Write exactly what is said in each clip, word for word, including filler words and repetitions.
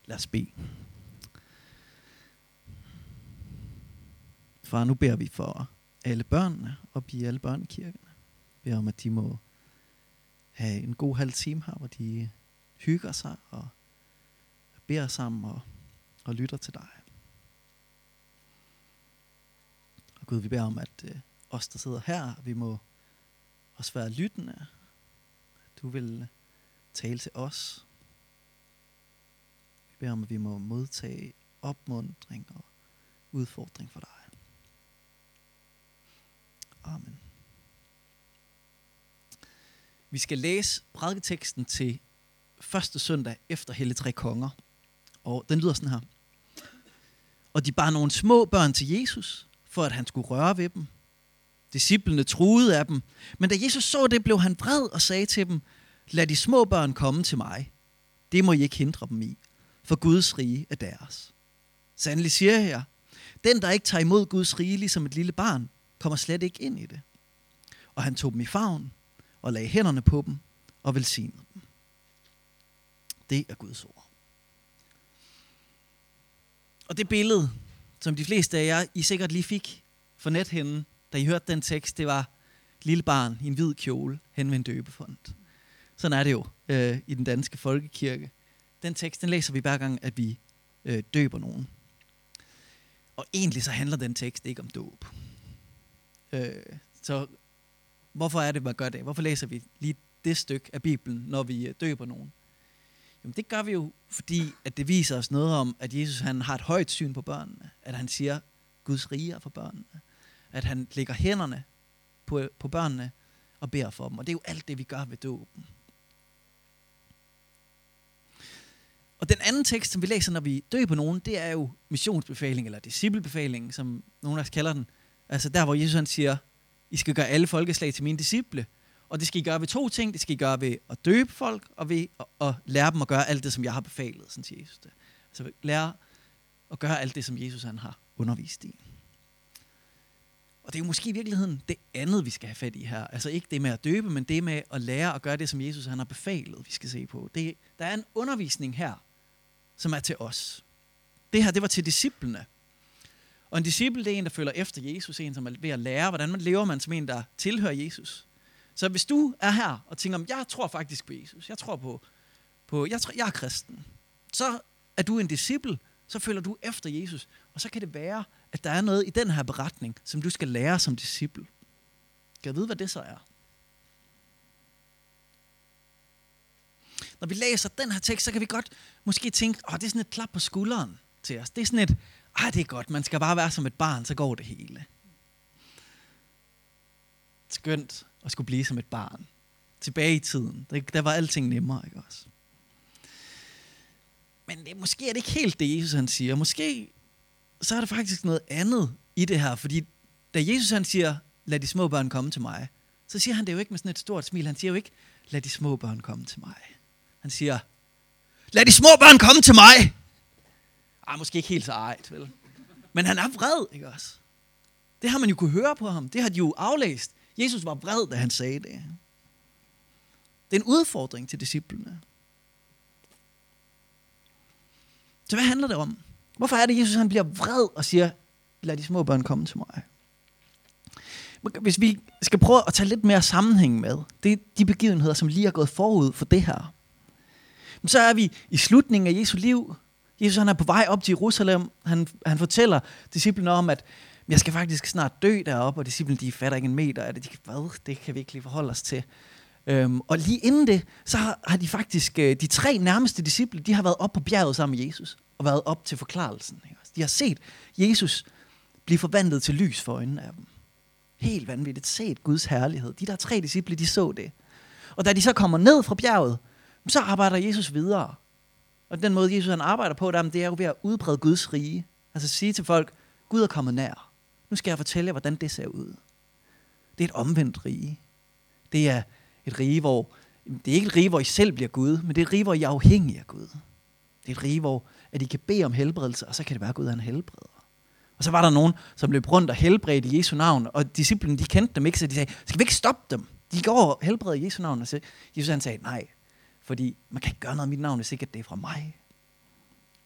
Lad os bede. Far, nu beder vi for alle børnene og i alle børnekirkerne. Vi beder om, at de må have en god halv time her, hvor de hygger sig og beder sammen og, og lytter til dig. Og Gud, vi beder om, at øh, os, der sidder her, vi må også være lyttende. At du vil tale til os. Vi beder om, at vi må modtage opmuntring og udfordring for dig. Amen. Vi skal læse prædiketeksten til første søndag efter Hellig Tre Konger. Og den lyder sådan her. Og de bar nogle små børn til Jesus, for at han skulle røre ved dem. Disciplene truede af dem. Men da Jesus så det, blev han vred og sagde til dem, lad de små børn komme til mig. Det må I ikke hindre dem i, for Guds rige er deres. Sandelig siger jeg jer, den der ikke tager imod Guds rige ligesom et lille barn, kommer slet ikke ind i det. Og han tog dem i favn og lagde hænderne på dem og velsignede dem. Det er Guds ord. Og det billede, som de fleste af jer I sikkert lige fik for nethinden, da I hørte den tekst, det var et lille barn i en hvid kjole hen ved en døbefont. Sådan er det jo øh, i den danske folkekirke. Den tekst, den læser vi hver gang, at vi øh, døber nogen. Og egentlig så handler den tekst ikke om dåb. Øh, så hvorfor er det, man gør det? Hvorfor læser vi lige det stykke af Bibelen, når vi øh, døber nogen? Jamen det gør vi jo, fordi at det viser os noget om, at Jesus han har et højt syn på børnene. At han siger, Guds rige er for børnene. At han lægger hænderne på, på børnene og beder for dem. Og det er jo alt det, vi gør ved dåben. Og den anden tekst, som vi læser, når vi døber nogen, det er jo missionsbefaling, eller disciplebefaling, som nogen af os kalder den. Altså der, hvor Jesus han siger, I skal gøre alle folkeslag til mine disciple. Og det skal I gøre ved to ting. Det skal I gøre ved at døbe folk, og ved at, at lære dem at gøre alt det, som jeg har befalet, sådan siger Jesus det. Altså lære at gøre alt det, som Jesus han har undervist i. Og det er jo måske i virkeligheden det andet, vi skal have fat i her. Altså ikke det med at døbe, men det med at lære at gøre det, som Jesus han har befalet, vi skal se på. Det, der er en undervisning her, som er til os. Det her, det var til disciplene. Og en disciple, det er en, der følger efter Jesus, en, som er ved at lære, hvordan man lever man som en, der tilhører Jesus. Så hvis du er her og tænker, jeg tror faktisk på Jesus, jeg tror på, på jeg, tror, jeg er kristen, så er du en disciple, så følger du efter Jesus. Og så kan det være, at der er noget i den her beretning, som du skal lære som disciple. Kan jeg vide, hvad det så er? Når vi læser den her tekst, så kan vi godt måske tænke, åh, det er sådan et klap på skulderen til os. Det er sådan et, ah, det er godt, man skal bare være som et barn, så går det hele. Skønt at skulle blive som et barn. Tilbage i tiden. Der var alting nemmere, ikke også? Men det, måske er det ikke helt det, Jesus han siger. Måske så er der faktisk noget andet i det her. Fordi da Jesus han siger, lad de små børn komme til mig, så siger han det jo ikke med sådan et stort smil. Han siger jo ikke, lad de små børn komme til mig. Han siger, lad de små børn komme til mig. Ej, måske ikke helt så ejt, vel? Men han er vred, ikke også? Det har man jo kunne høre på ham. Det har de jo aflæst. Jesus var vred, da han sagde det. Det er en udfordring til disciplene. Så hvad handler det om? Hvorfor er det, Jesus han bliver vred og siger, lad de små børn komme til mig? Hvis vi skal prøve at tage lidt mere sammenhæng med, det er de begivenheder, som lige er gået forud for det her. Så er vi i slutningen af Jesu liv. Jesus han er på vej op til Jerusalem. Han, han fortæller disciplene om, at jeg skal faktisk snart dø deroppe, og disciplene de fatter ikke en meter af det. De kan, hvad? Det kan vi ikke lige forholde os til. Øhm, og lige inden det, så har, har de faktisk, de tre nærmeste disciple, de har været op på bjerget sammen med Jesus, og været op til forklarelsen. Ikke? De har set Jesus blive forvandlet til lys for øjnene af dem. Helt vanvittigt set Guds herlighed. De der tre disciple, de så det. Og da de så kommer ned fra bjerget, så arbejder Jesus videre. Og den måde, Jesus han arbejder på, det er jo ved at udbrede Guds rige. Altså sige til folk, Gud er kommet nær. Nu skal jeg fortælle jer, hvordan det ser ud. Det er et omvendt rige. Det er et rige, hvor det er ikke et rige, hvor I selv bliver Gud, men det er et rige, hvor I er afhængige af Gud. Det er et rige, hvor at I kan bede om helbredelse, og så kan det være, at Gud han helbreder. Og så var der nogen, som løb rundt og helbredte i Jesu navn, og disciplene, de kendte dem ikke, så de sagde, skal vi ikke stoppe dem? De går og helbreder i Jesu navn, og så Jesus han sagde, nej, fordi man kan ikke gøre noget af mit navn, hvis ikke det er fra mig.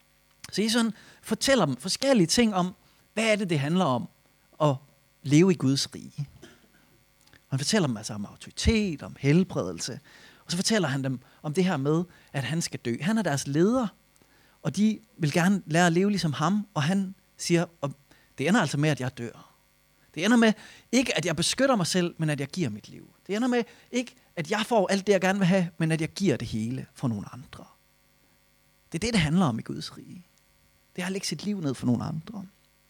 Så Jesus han fortæller dem forskellige ting om, hvad er det, det handler om at leve i Guds rige. Han fortæller dem altså om autoritet, om helbredelse, og så fortæller han dem om det her med, at han skal dø. Han er deres leder, og de vil gerne lære at leve ligesom ham, og han siger, og det ender altså med, at jeg dør. Det ender med, ikke at jeg beskytter mig selv, men at jeg giver mit liv. Det ender med, ikke at jeg får alt det, jeg gerne vil have, men at jeg giver det hele for nogle andre. Det er det, det handler om i Guds rige. Det er at lægge sit liv ned for nogle andre.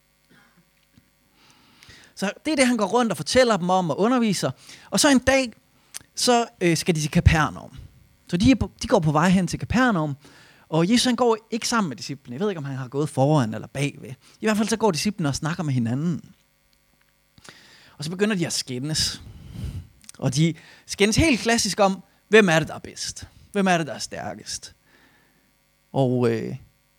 Så det er det, han går rundt og fortæller dem om og underviser. Og så en dag, så øh, skal de til Kapernaum. Så de, de går på vej hen til Kapernaum, og Jesus han går ikke sammen med disciplene. Jeg ved ikke, om han har gået foran eller bagved. I hvert fald så går disciplene og snakker med hinanden. Og så begynder de at skændes. Og de skændes helt klassisk om, hvem er det, der er bedst? Hvem er det, der er stærkest? Og øh,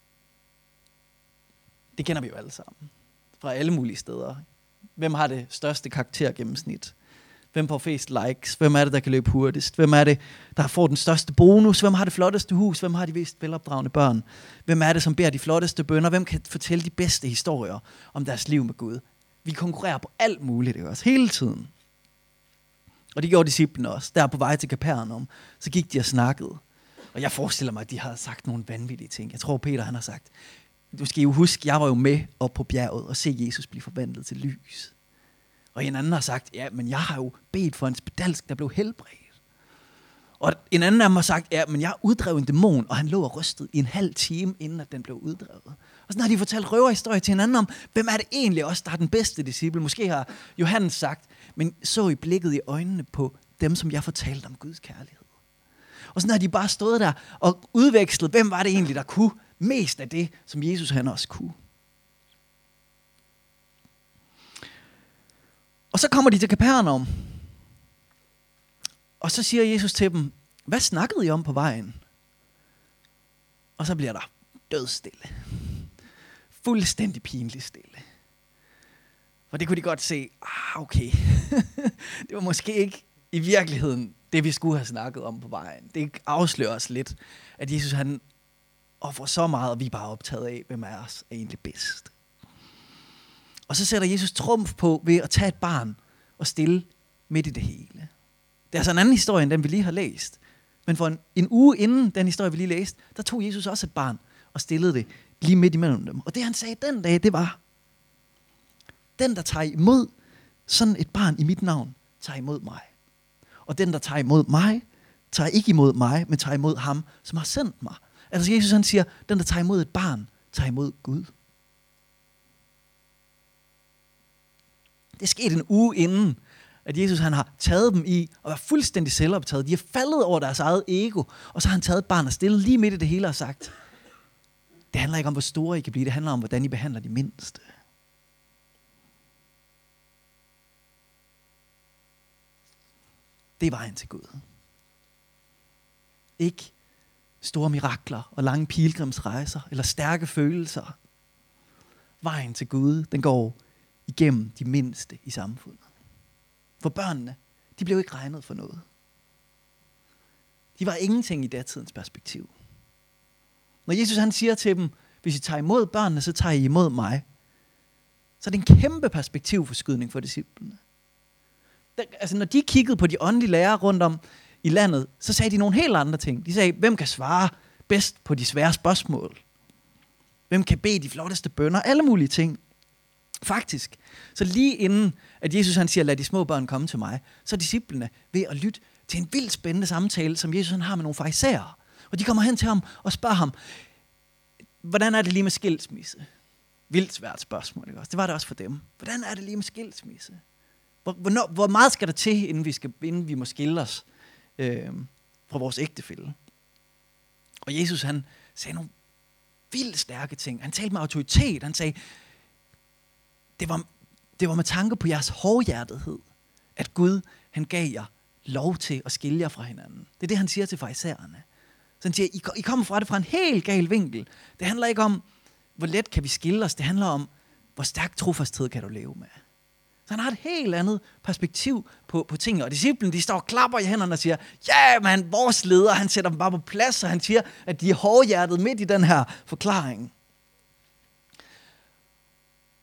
det kender vi jo alle sammen. Fra alle mulige steder. Hvem har det største karaktergennemsnit? Hvem får flest likes? Hvem er det, der kan løbe hurtigst? Hvem er det, der får den største bonus? Hvem har det flotteste hus? Hvem har de mest velopdragende børn? Hvem er det, som beder de flotteste bønner? Hvem kan fortælle de bedste historier om deres liv med Gud? Vi konkurrerer på alt muligt, det også hele tiden. Og det gjorde disciplene også. Der på vej til Kapernaum, så gik de og snakkede. Og jeg forestiller mig, at de havde sagt nogle vanvittige ting. Jeg tror, Peter han har sagt, du skal jo huske, jeg var jo med op på bjerget og se Jesus blive forvandlet til lys. Og en anden har sagt, ja, men jeg har jo bedt for en spedalsk, der blev helbredt. Og en anden af dem har sagt, ja, men jeg uddrev en dæmon, og han lå og rystede i en halv time, inden at den blev uddrevet. Og så har de fortalt røverhistorier til hinanden om, hvem er det egentlig også, der er den bedste disciple? Måske har Johannes sagt, men så i blikket i øjnene på dem, som jeg fortalte om Guds kærlighed. Og sådan har de bare stået der og udvekslet, hvem var det egentlig, der kunne mest af det, som Jesus han også kunne. Og så kommer de til Kapernaum. Og så siger Jesus til dem, hvad snakkede I om på vejen? Og så bliver der dødstille. Fuldstændig pinligt stille. For det kunne de godt se, ah okay, det var måske ikke i virkeligheden det, vi skulle have snakket om på vejen. Det afslører os lidt, at Jesus han offrer så meget, og vi er bare optaget af, hvem af os er egentlig bedst. Og så sætter Jesus trumf på ved at tage et barn og stille midt i det hele. Det er altså en anden historie, end den vi lige har læst. Men for en, en uge inden den historie, vi lige læste, der tog Jesus også et barn og stillede det lige midt imellem dem. Og det han sagde den dag, det var, den der tager imod sådan et barn i mit navn, tager imod mig. Og den der tager imod mig, tager ikke imod mig, men tager imod ham, som har sendt mig. Altså Jesus han siger, den der tager imod et barn, tager imod Gud. Det skete en uge inden, at Jesus han har taget dem i og været fuldstændig selvoptaget. De er faldet over deres eget ego, og så har han taget et barn og stillet lige midt i det hele og sagt, det handler ikke om, hvor store I kan blive, det handler om, hvordan I behandler de mindste. Det er vejen til Gud. Ikke store mirakler og lange pilgrimsrejser eller stærke følelser. Vejen til Gud, den går igennem de mindste i samfundet. For børnene, de blev ikke regnet for noget. De var ingenting i datidens perspektiv. Når Jesus han siger til dem, hvis I tager imod børnene, så tager I imod mig. Så er det en kæmpe perspektivforskydning for disciplene. Der, altså når de kiggede på de åndelige lærere rundt om i landet, så sagde de nogle helt andre ting. De sagde, hvem kan svare bedst på de svære spørgsmål? Hvem kan bede de flotteste bønner? Alle mulige ting. Faktisk, så lige inden, at Jesus han siger, lad de små børn komme til mig, så er disciplene ved at lytte til en vildt spændende samtale, som Jesus han har med nogle farisæere. Og de kommer hen til ham og spørger ham, hvordan er det lige med skilsmisse? Vildt svært spørgsmål, ikke også? Det var det også for dem. Hvordan er det lige med skilsmisse? Hvor, hvornår, hvor meget skal der til, inden vi, skal, inden vi må skille os øh, fra vores ægtefælle? Og Jesus han sagde nogle vildt stærke ting. Han talte med autoritet. Han sagde, det var, det var med tanke på jeres hårdhjertethed, at Gud han gav jer lov til at skille jer fra hinanden. Det er det, han siger til farisæerne. Så han siger, I, I kommer fra det fra en helt gal vinkel. Det handler ikke om, hvor let kan vi skille os. Det handler om, hvor stærk trofasthed kan du leve med. Så han har et helt andet perspektiv på, på tingene. Og disciplen, de står og klapper i hænderne og siger, ja, man, vores leder, han sætter dem bare på plads, og han siger, at de er hårdhjertet midt i den her forklaring.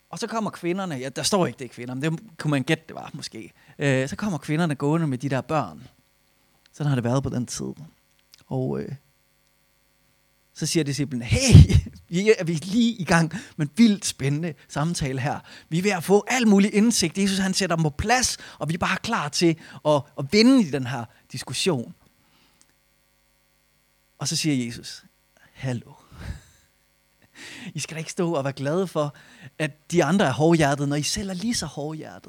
Og så kommer kvinderne, ja, der står ikke det kvinder, men det kunne man gætte, det var måske. Øh, så kommer kvinderne gående med de der børn. Sådan har det været på den tid. Og øh, så siger disciplene, hey, vi er vi lige i gang med en vildt spændende samtale her. Vi er ved at få al mulig indsigt. Jesus han sætter dem på plads, og vi er bare klar til at, at vinde i den her diskussion. Og så siger Jesus, hallo. I skal da ikke stå og være glade for, at de andre er hårdhjertede, når I selv er lige så hårdhjertede.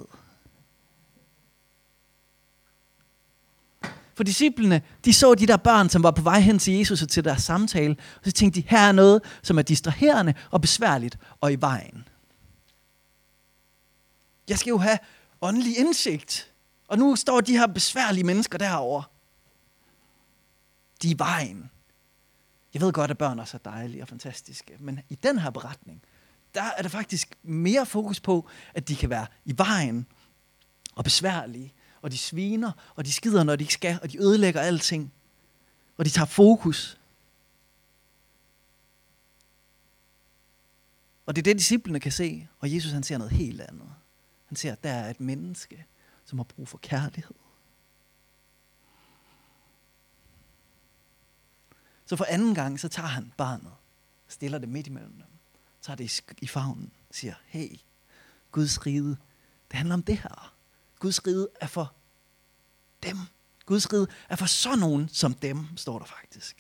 For disciplene, de så de der børn, som var på vej hen til Jesus og til deres samtale, og så tænkte de, her er noget, som er distraherende og besværligt og i vejen. Jeg skal jo have åndelig indsigt, og nu står de her besværlige mennesker derovre. De er i vejen. Jeg ved godt, at børn også er dejlige og fantastiske, men i den her beretning, der er der faktisk mere fokus på, at de kan være i vejen og besværlige, og de sviner, og de skider, når de ikke skal, og de ødelægger alting, og de tager fokus. Og det er det, disciplene kan se, og Jesus han ser noget helt andet. Han ser, at der er et menneske, som har brug for kærlighed. Så for anden gang, så tager han barnet, stiller det midt imellem dem, tager det i favnen, siger, hey, Guds rige, det handler om det her. Guds rige er for dem. Guds rige er for sådan nogen som dem, står der faktisk.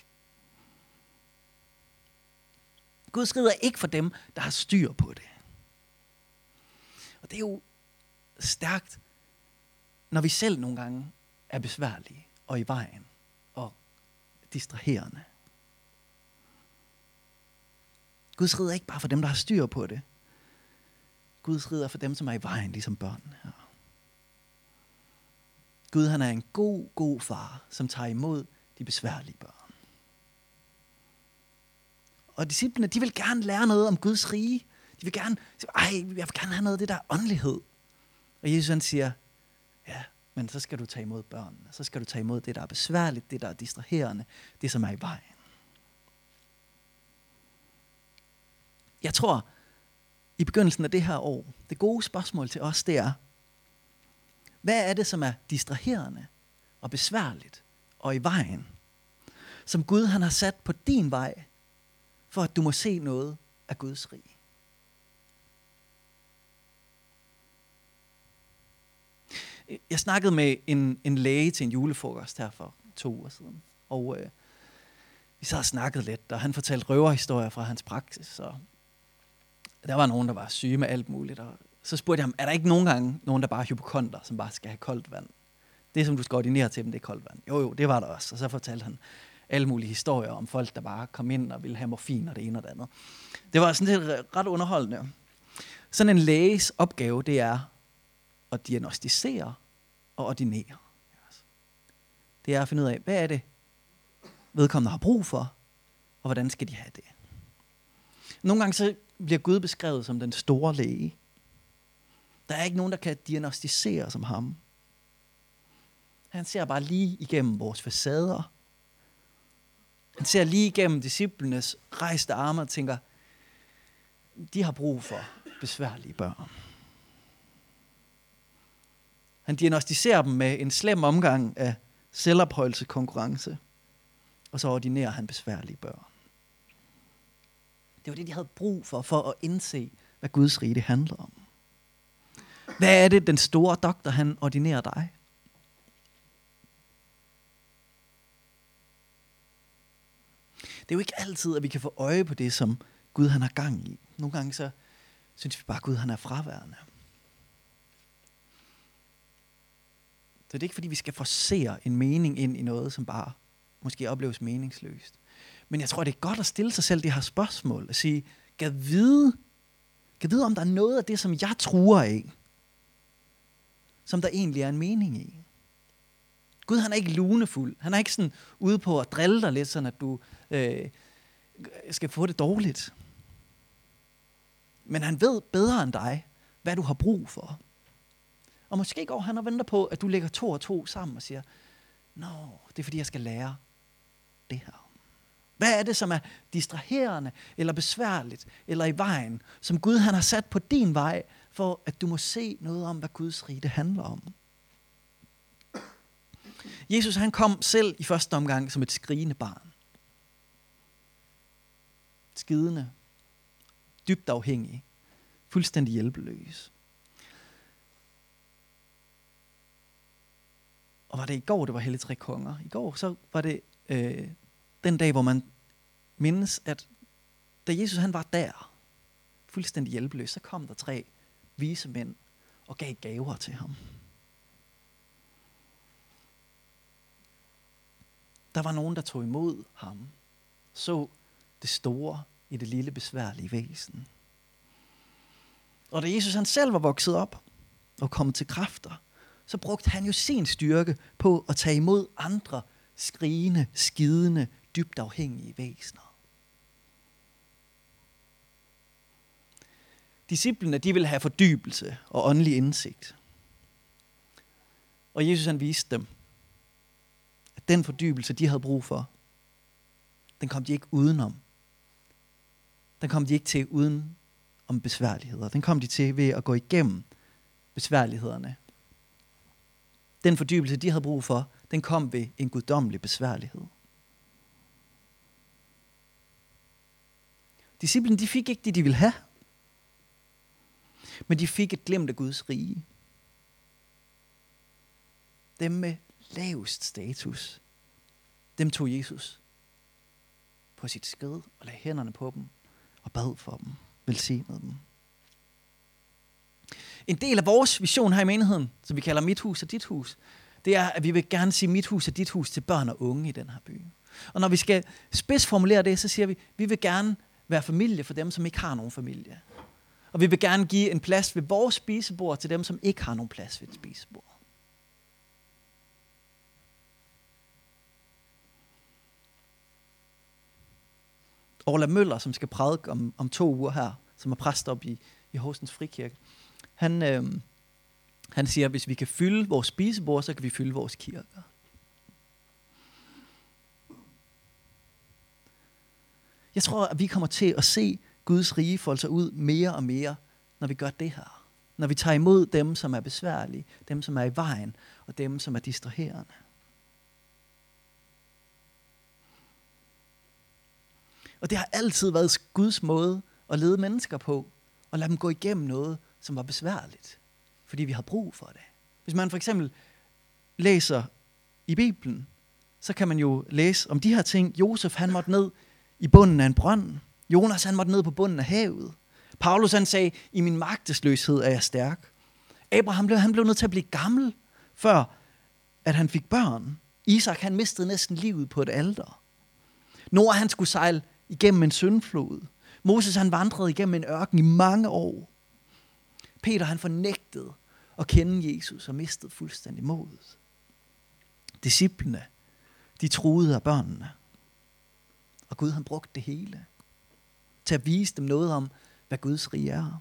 Guds rige er ikke for dem, der har styr på det. Og det er jo stærkt, når vi selv nogle gange er besværlige og i vejen og distraherende. Guds rige er ikke bare for dem, der har styr på det. Guds rige er for dem, som er i vejen, ligesom børnene her. Gud han er en god, god far, som tager imod de besværlige børn. Og disciplene, de vil gerne lære noget om Guds rige. De vil gerne, ej, jeg vil gerne have noget af det der åndelighed. Og Jesus han siger, ja, men så skal du tage imod børnene. Så skal du tage imod det, der er besværligt, det, der er distraherende, det, som er i vejen. Jeg tror, i begyndelsen af det her år, det gode spørgsmål til os, det er, hvad er det, som er distraherende og besværligt og i vejen, som Gud han har sat på din vej, for at du må se noget af Guds rige? Jeg snakkede med en, en læge til en julefrokost her for to uger siden, og øh, vi sad og snakkede lidt, og han fortalte røverhistorier fra hans praksis, og der var nogen, der var syge med alt muligt, og så spurgte jeg ham, er der ikke nogen gange nogen, der bare er hypokonter, som bare skal have koldt vand? Det, som du skal ordinere til dem, det er koldt vand. Jo, jo, det var der også. Og så fortalte han alle mulige historier om folk, der bare kom ind og ville have morfin og det ene og det andet. Det var sådan lidt ret underholdende. Sådan en læges opgave, det er at diagnostisere og ordinere. Det er at finde ud af, hvad er det, vedkommende har brug for, og hvordan skal de have det. Nogle gange så bliver Gud beskrevet som den store læge. Der er ikke nogen, der kan diagnostisere som ham. Han ser bare lige igennem vores facader. Han ser lige igennem disciplenes rejste arme og tænker, de har brug for besværlige børn. Han diagnostiserer dem med en slem omgang af selvophøjelse konkurrence, og så ordinerer han besværlige børn. Det var det, de havde brug for, for at indse, hvad Guds rige handler om. Hvad er det, den store doktor, han ordinerer dig? Det er jo ikke altid, at vi kan få øje på det, som Gud han har gang i. Nogle gange så synes vi bare, at Gud han er fraværende. Så det er ikke, fordi vi skal forsere en mening ind i noget, som bare måske opleves meningsløst. Men jeg tror, det er godt at stille sig selv de her spørgsmål og sige, kan vide, kan vide, om der er noget af det, som jeg truer af, som der egentlig er en mening i. Gud han er ikke lunefuld. Han er ikke sådan ude på at drille dig lidt, sådan at du øh, skal få det dårligt. Men han ved bedre end dig, hvad du har brug for. Og måske går han og venter på, at du lægger to og to sammen og siger, nå, det er fordi, jeg skal lære det her. Hvad er det, som er distraherende, eller besværligt, eller i vejen, som Gud han har sat på din vej, for at du må se noget om, hvad Guds rige det handler om? Jesus han kom selv i første omgang som et skrigende barn. Skidende, dybt afhængig, fuldstændig hjælpeløs. Og var det i går, det var Hellig Tre Konger? I går så var det øh, den dag, hvor man mindes, at da Jesus han var der, fuldstændig hjælpeløs, så kom der tre vise mænd og gav gaver til ham. Der var nogen, der tog imod ham, så det store i det lille besværlige væsen. Og da Jesus han selv var vokset op og kommet til kræfter, så brugte han jo sin styrke på at tage imod andre skrigende, skidende, dybt afhængige væsener. Disciplene, de ville have fordybelse og åndelig indsigt. Og Jesus han viste dem, at den fordybelse, de havde brug for, den kom de ikke udenom. Den kom de ikke til uden om besværligheder. Den kom de til ved at gå igennem besværlighederne. Den fordybelse, de havde brug for, den kom ved en guddommelig besværlighed. Disciplene, de fik ikke det, de ville have. Men de fik et glimt af Guds rige. Dem med lavest status, dem tog Jesus på sit skød og lagde hænderne på dem og bad for dem, velsignede dem. En del af vores vision her i menigheden, som vi kalder mit hus og dit hus, det er, at vi vil gerne sige mit hus og dit hus til børn og unge i den her by. Og når vi skal spidsformulere det, så siger vi, vi vil gerne være familie for dem, som ikke har nogen familie. Og vi vil gerne give en plads ved vores spisebord til dem, som ikke har nogen plads ved et spisebord. Orla Møller, som skal prædike om, om to uger her, som er præst op i, i Horsens Frikirke, han, øh, han siger, at hvis vi kan fylde vores spisebord, så kan vi fylde vores kirker. Jeg tror, at vi kommer til at se Guds rige folde sig ud mere og mere, når vi gør det her. Når vi tager imod dem, som er besværlige, dem, som er i vejen, og dem, som er distraherende. Og det har altid været Guds måde at lede mennesker på, og lade dem gå igennem noget, som var besværligt, fordi vi har brug for det. Hvis man for eksempel læser i Bibelen, så kan man jo læse om de her ting. Josef, han måtte ned i bunden af en brønd. Jonas, han måtte ned på bunden af havet. Paulus, han sagde, i min magtesløshed er jeg stærk. Abraham, blev, han blev nødt til at blive gammel, før at han fik børn. Isak, han mistede næsten livet på et alter. Noah, han skulle sejle igennem en syndflod. Moses, han vandrede igennem en ørken i mange år. Peter, han fornægtede at kende Jesus og mistede fuldstændig modet. Disciplene, de truede af børnene. Og Gud, han brugte det hele til at vise dem noget om, hvad Guds rige er.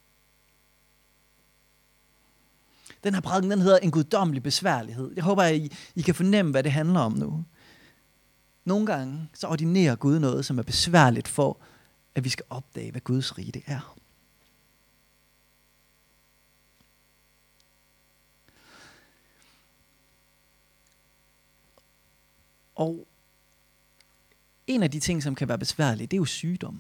Den her prædiken, den hedder en guddommelig besværlighed. Jeg håber, at I, I kan fornemme, hvad det handler om nu. Nogle gange, så ordinerer Gud noget, som er besværligt for, at vi skal opdage, hvad Guds rige det er. Og en af de ting, som kan være besværlige, det er jo sygdom.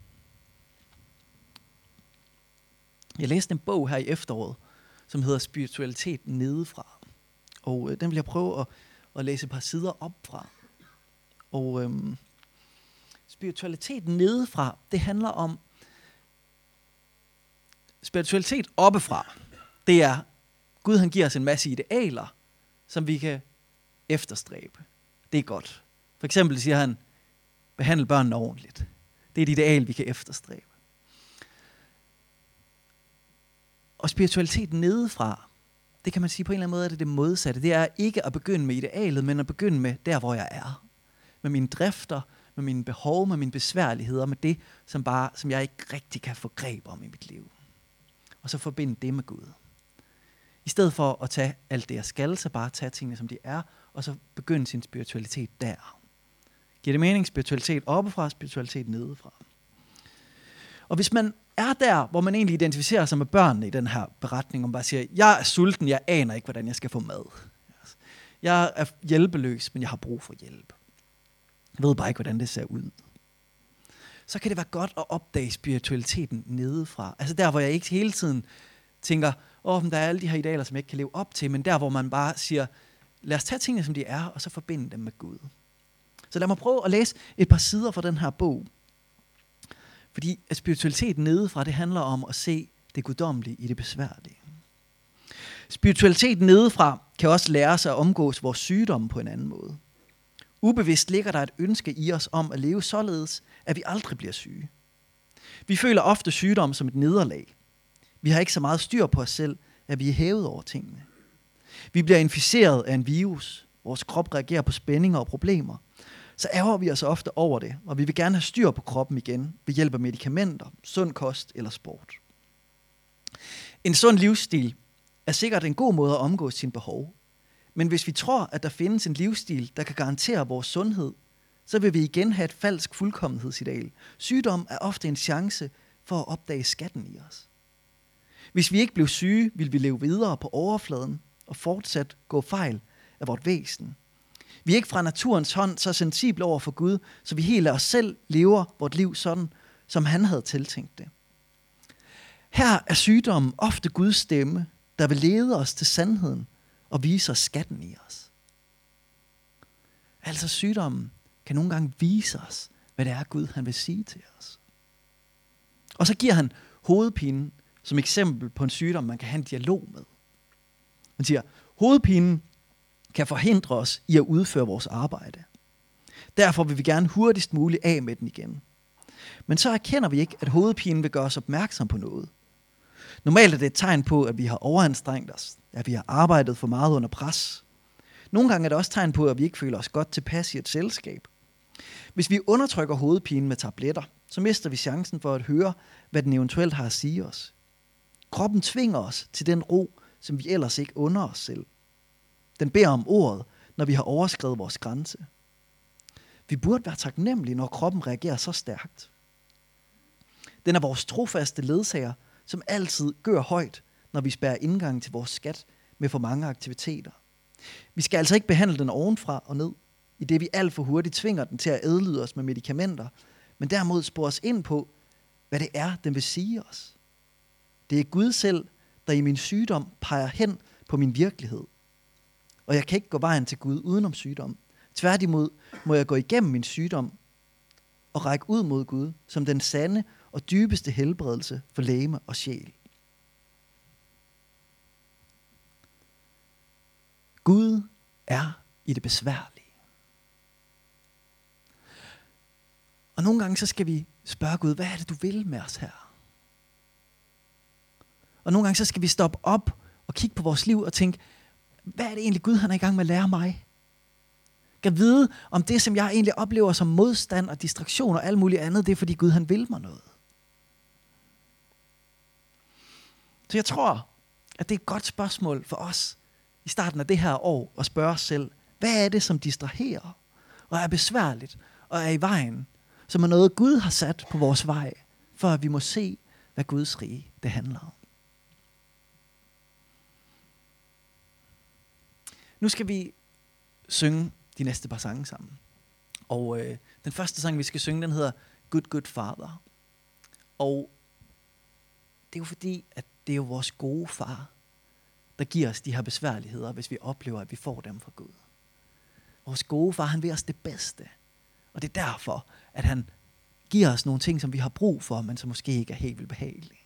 Jeg læste en bog her i efteråret, som hedder Spiritualitet nedefra. Og øh, den vil jeg prøve at, at læse et par sider op fra. Og øhm, spiritualitet nedefra, det handler om spiritualitet oppefra. Det er, Gud han giver os en masse idealer, som vi kan efterstræbe. Det er godt. For eksempel siger han, behandle børnene ordentligt. Det er et ideal, vi kan efterstræbe. Og spiritualiteten nedefra, det kan man sige på en eller anden måde, at det er det modsatte. Det er ikke at begynde med idealet, men at begynde med der, hvor jeg er. Med mine drifter, med mine behov, med mine besværligheder, med det, som, bare, som jeg ikke rigtig kan få greb om i mit liv. Og så forbinde det med Gud. I stedet for at tage alt det, jeg skal, så bare tage tingene, som de er, og så begynde sin spiritualitet der. Giver det mening? Spiritualitet oppefra, spiritualitet nedefra. Og hvis man er der, hvor man egentlig identificerer sig med børnene i den her beretning, og bare siger, jeg er sulten, jeg aner ikke, hvordan jeg skal få mad. Jeg er hjælpeløs, men jeg har brug for hjælp. Jeg ved bare ikke, hvordan det ser ud. Så kan det være godt at opdage spiritualiteten nedefra. Altså der, hvor jeg ikke hele tiden tænker, åh, men der er alle de her idealer, som jeg ikke kan leve op til, men der, hvor man bare siger, lad os tage tingene, som de er, og så forbinde dem med Gud. Så lad mig prøve at læse et par sider fra den her bog. Fordi at spiritualitet nedefra, det handler om at se det guddommelige i det besværlige. Spiritualitet nedefra kan også lære sig at omgås vores sygdomme på en anden måde. Ubevidst ligger der et ønske i os om at leve således, at vi aldrig bliver syge. Vi føler ofte sygdom som et nederlag. Vi har ikke så meget styr på os selv, at vi er hævet over tingene. Vi bliver inficeret af en virus. Vores krop reagerer på spændinger og problemer. Så ærger vi os ofte over det, og vi vil gerne have styr på kroppen igen ved hjælp af medicamenter, sund kost eller sport. En sund livsstil er sikkert en god måde at omgås sine behov. Men hvis vi tror, at der findes en livsstil, der kan garantere vores sundhed, så vil vi igen have et falsk fuldkommenhedsideal. Sygdom er ofte en chance for at opdage skatten i os. Hvis vi ikke blev syge, ville vi leve videre på overfladen og fortsat gå fejl af vort væsen. Vi er ikke fra naturens hånd så sensible over for Gud, så vi helt af os selv lever vort liv sådan, som han havde tiltænkt det. Her er sygdommen ofte Guds stemme, der vil lede os til sandheden og vise os skatten i os. Altså sygdommen kan nogle gange vise os, hvad det er Gud han vil sige til os. Og så giver han hovedpinen som eksempel på en sygdom, man kan have en dialog med. Han siger, hovedpinen kan forhindre os i at udføre vores arbejde. Derfor vil vi gerne hurtigst muligt af med den igen. Men så erkender vi ikke, at hovedpinen vil gøre os opmærksom på noget. Normalt er det et tegn på, at vi har overanstrengt os, at vi har arbejdet for meget under pres. Nogle gange er det også tegn på, at vi ikke føler os godt tilpas i et selskab. Hvis vi undertrykker hovedpinen med tabletter, så mister vi chancen for at høre, hvad den eventuelt har at sige os. Kroppen tvinger os til den ro, som vi ellers ikke under os selv. Den beder om ordet, når vi har overskredet vores grænse. Vi burde være taknemmelige, når kroppen reagerer så stærkt. Den er vores trofaste ledsager, som altid gør højt, når vi spærrer indgangen til vores skat med for mange aktiviteter. Vi skal altså ikke behandle den ovenfra og ned, i det vi alt for hurtigt tvinger den til at adlyde os med medicamenter, men derimod spore os ind på, hvad det er, den vil sige os. Det er Gud selv, der i min sygdom peger hen på min virkelighed. Og jeg kan ikke gå vejen til Gud udenom sygdom. Tværtimod må jeg gå igennem min sygdom og række ud mod Gud som den sande og dybeste helbredelse for legeme og sjæl. Gud er i det besværlige. Og nogle gange så skal vi spørge Gud, hvad er det du vil med os her? Og nogle gange så skal vi stoppe op og kigge på vores liv og tænke, hvad er det egentlig Gud han er i gang med at lære mig? Kan vide om det som jeg egentlig oplever som modstand og distraktion og alt muligt andet, det er fordi Gud han vil mig noget. Så jeg tror, at det er et godt spørgsmål for os i starten af det her år at spørge os selv, hvad er det som distraherer og er besværligt og er i vejen, som er noget Gud har sat på vores vej, for at vi må se, hvad Guds rige det handler om. Nu skal vi synge de næste par sange sammen. Og øh, den første sang, vi skal synge, den hedder Good, Good Father. Og det er jo fordi, at det er jo vores gode far, der giver os de her besværligheder, hvis vi oplever, at vi får dem fra Gud. Vores gode far, han vil os det bedste. Og det er derfor, at han giver os nogle ting, som vi har brug for, men som måske ikke er helt vildt behagelige.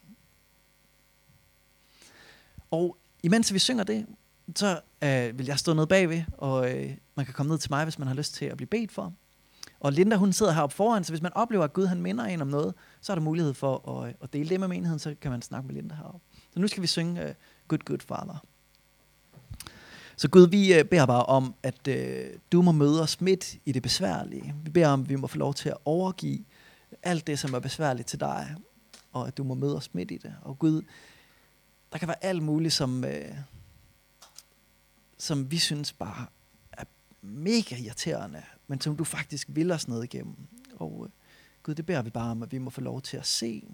Og imens vi synger det, så øh, vil jeg stå nede bagved, og øh, man kan komme ned til mig, hvis man har lyst til at blive bedt for. Og Linda, hun sidder heroppe foran, så hvis man oplever, at Gud han minder en om noget, så er der mulighed for at, at dele det med menigheden, så kan man snakke med Linda heroppe. Så nu skal vi synge uh, Good, Good Father. Så Gud, vi uh, beder bare om, at uh, du må møde os midt i det besværlige. Vi beder om, at vi må få lov til at overgive alt det, som er besværligt til dig, og at du må møde os midt i det. Og Gud, der kan være alt muligt, som, uh, som vi synes bare er mega irriterende, men som du faktisk vil os ned igennem. Og øh, Gud, det beder vi bare om, at vi må få lov til at se.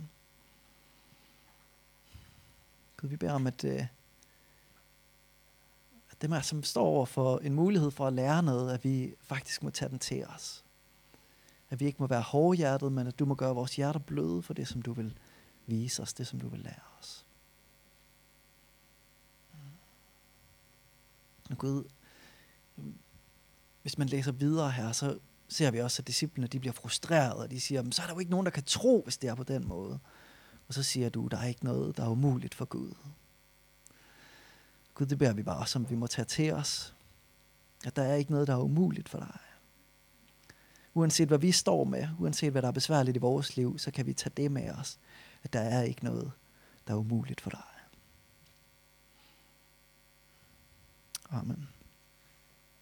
Gud, vi beder om, at, øh, at dem, som står over for en mulighed for at lære noget, at vi faktisk må tage den til os. At vi ikke må være hårdhjertet, men at du må gøre vores hjerter bløde for det, som du vil vise os, det som du vil lære os. Og Gud, hvis man læser videre her, så ser vi også, at disciplene de bliver frustrerede, og de siger, så er der jo ikke nogen, der kan tro, hvis det er på den måde. Og så siger du, der er ikke noget, der er umuligt for Gud. Gud, det beder vi bare, som vi må tage til os, at der er ikke noget, der er umuligt for dig. Uanset hvad vi står med, uanset hvad der er besværligt i vores liv, så kan vi tage det med os, at der er ikke noget, der er umuligt for dig. Amen.